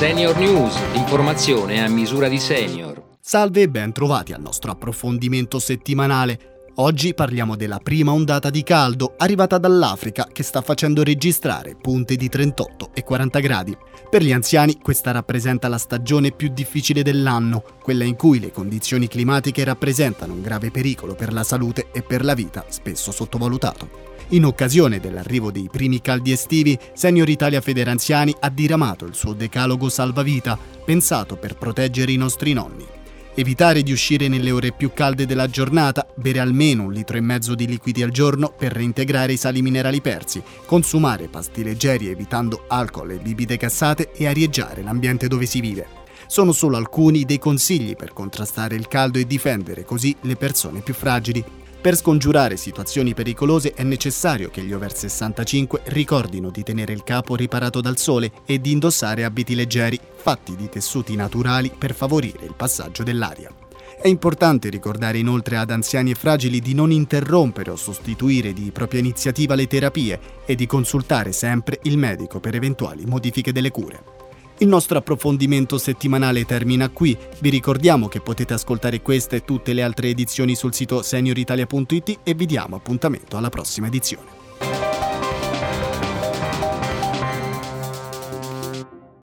Senior News, l'informazione a misura di senior. Salve e ben trovati al nostro approfondimento settimanale. Oggi parliamo della prima ondata di caldo arrivata dall'Africa che sta facendo registrare punte di 38 e 40 gradi. Per gli anziani questa rappresenta la stagione più difficile dell'anno, quella in cui le condizioni climatiche rappresentano un grave pericolo per la salute e per la vita, spesso sottovalutato. In occasione dell'arrivo dei primi caldi estivi, Senior Italia Federanziani ha diramato il suo decalogo salvavita, pensato per proteggere i nostri nonni. Evitare di uscire nelle ore più calde della giornata, bere almeno 1,5 litri di liquidi al giorno per reintegrare i sali minerali persi, consumare pasti leggeri evitando alcol e bibite gassate e arieggiare l'ambiente dove si vive. Sono solo alcuni dei consigli per contrastare il caldo e difendere così le persone più fragili. Per scongiurare situazioni pericolose è necessario che gli over 65 ricordino di tenere il capo riparato dal sole e di indossare abiti leggeri, fatti di tessuti naturali per favorire il passaggio dell'aria. È importante ricordare inoltre ad anziani e fragili di non interrompere o sostituire di propria iniziativa le terapie e di consultare sempre il medico per eventuali modifiche delle cure. Il nostro approfondimento settimanale termina qui. Vi ricordiamo che potete ascoltare queste e tutte le altre edizioni sul sito senioritalia.it e vi diamo appuntamento alla prossima edizione.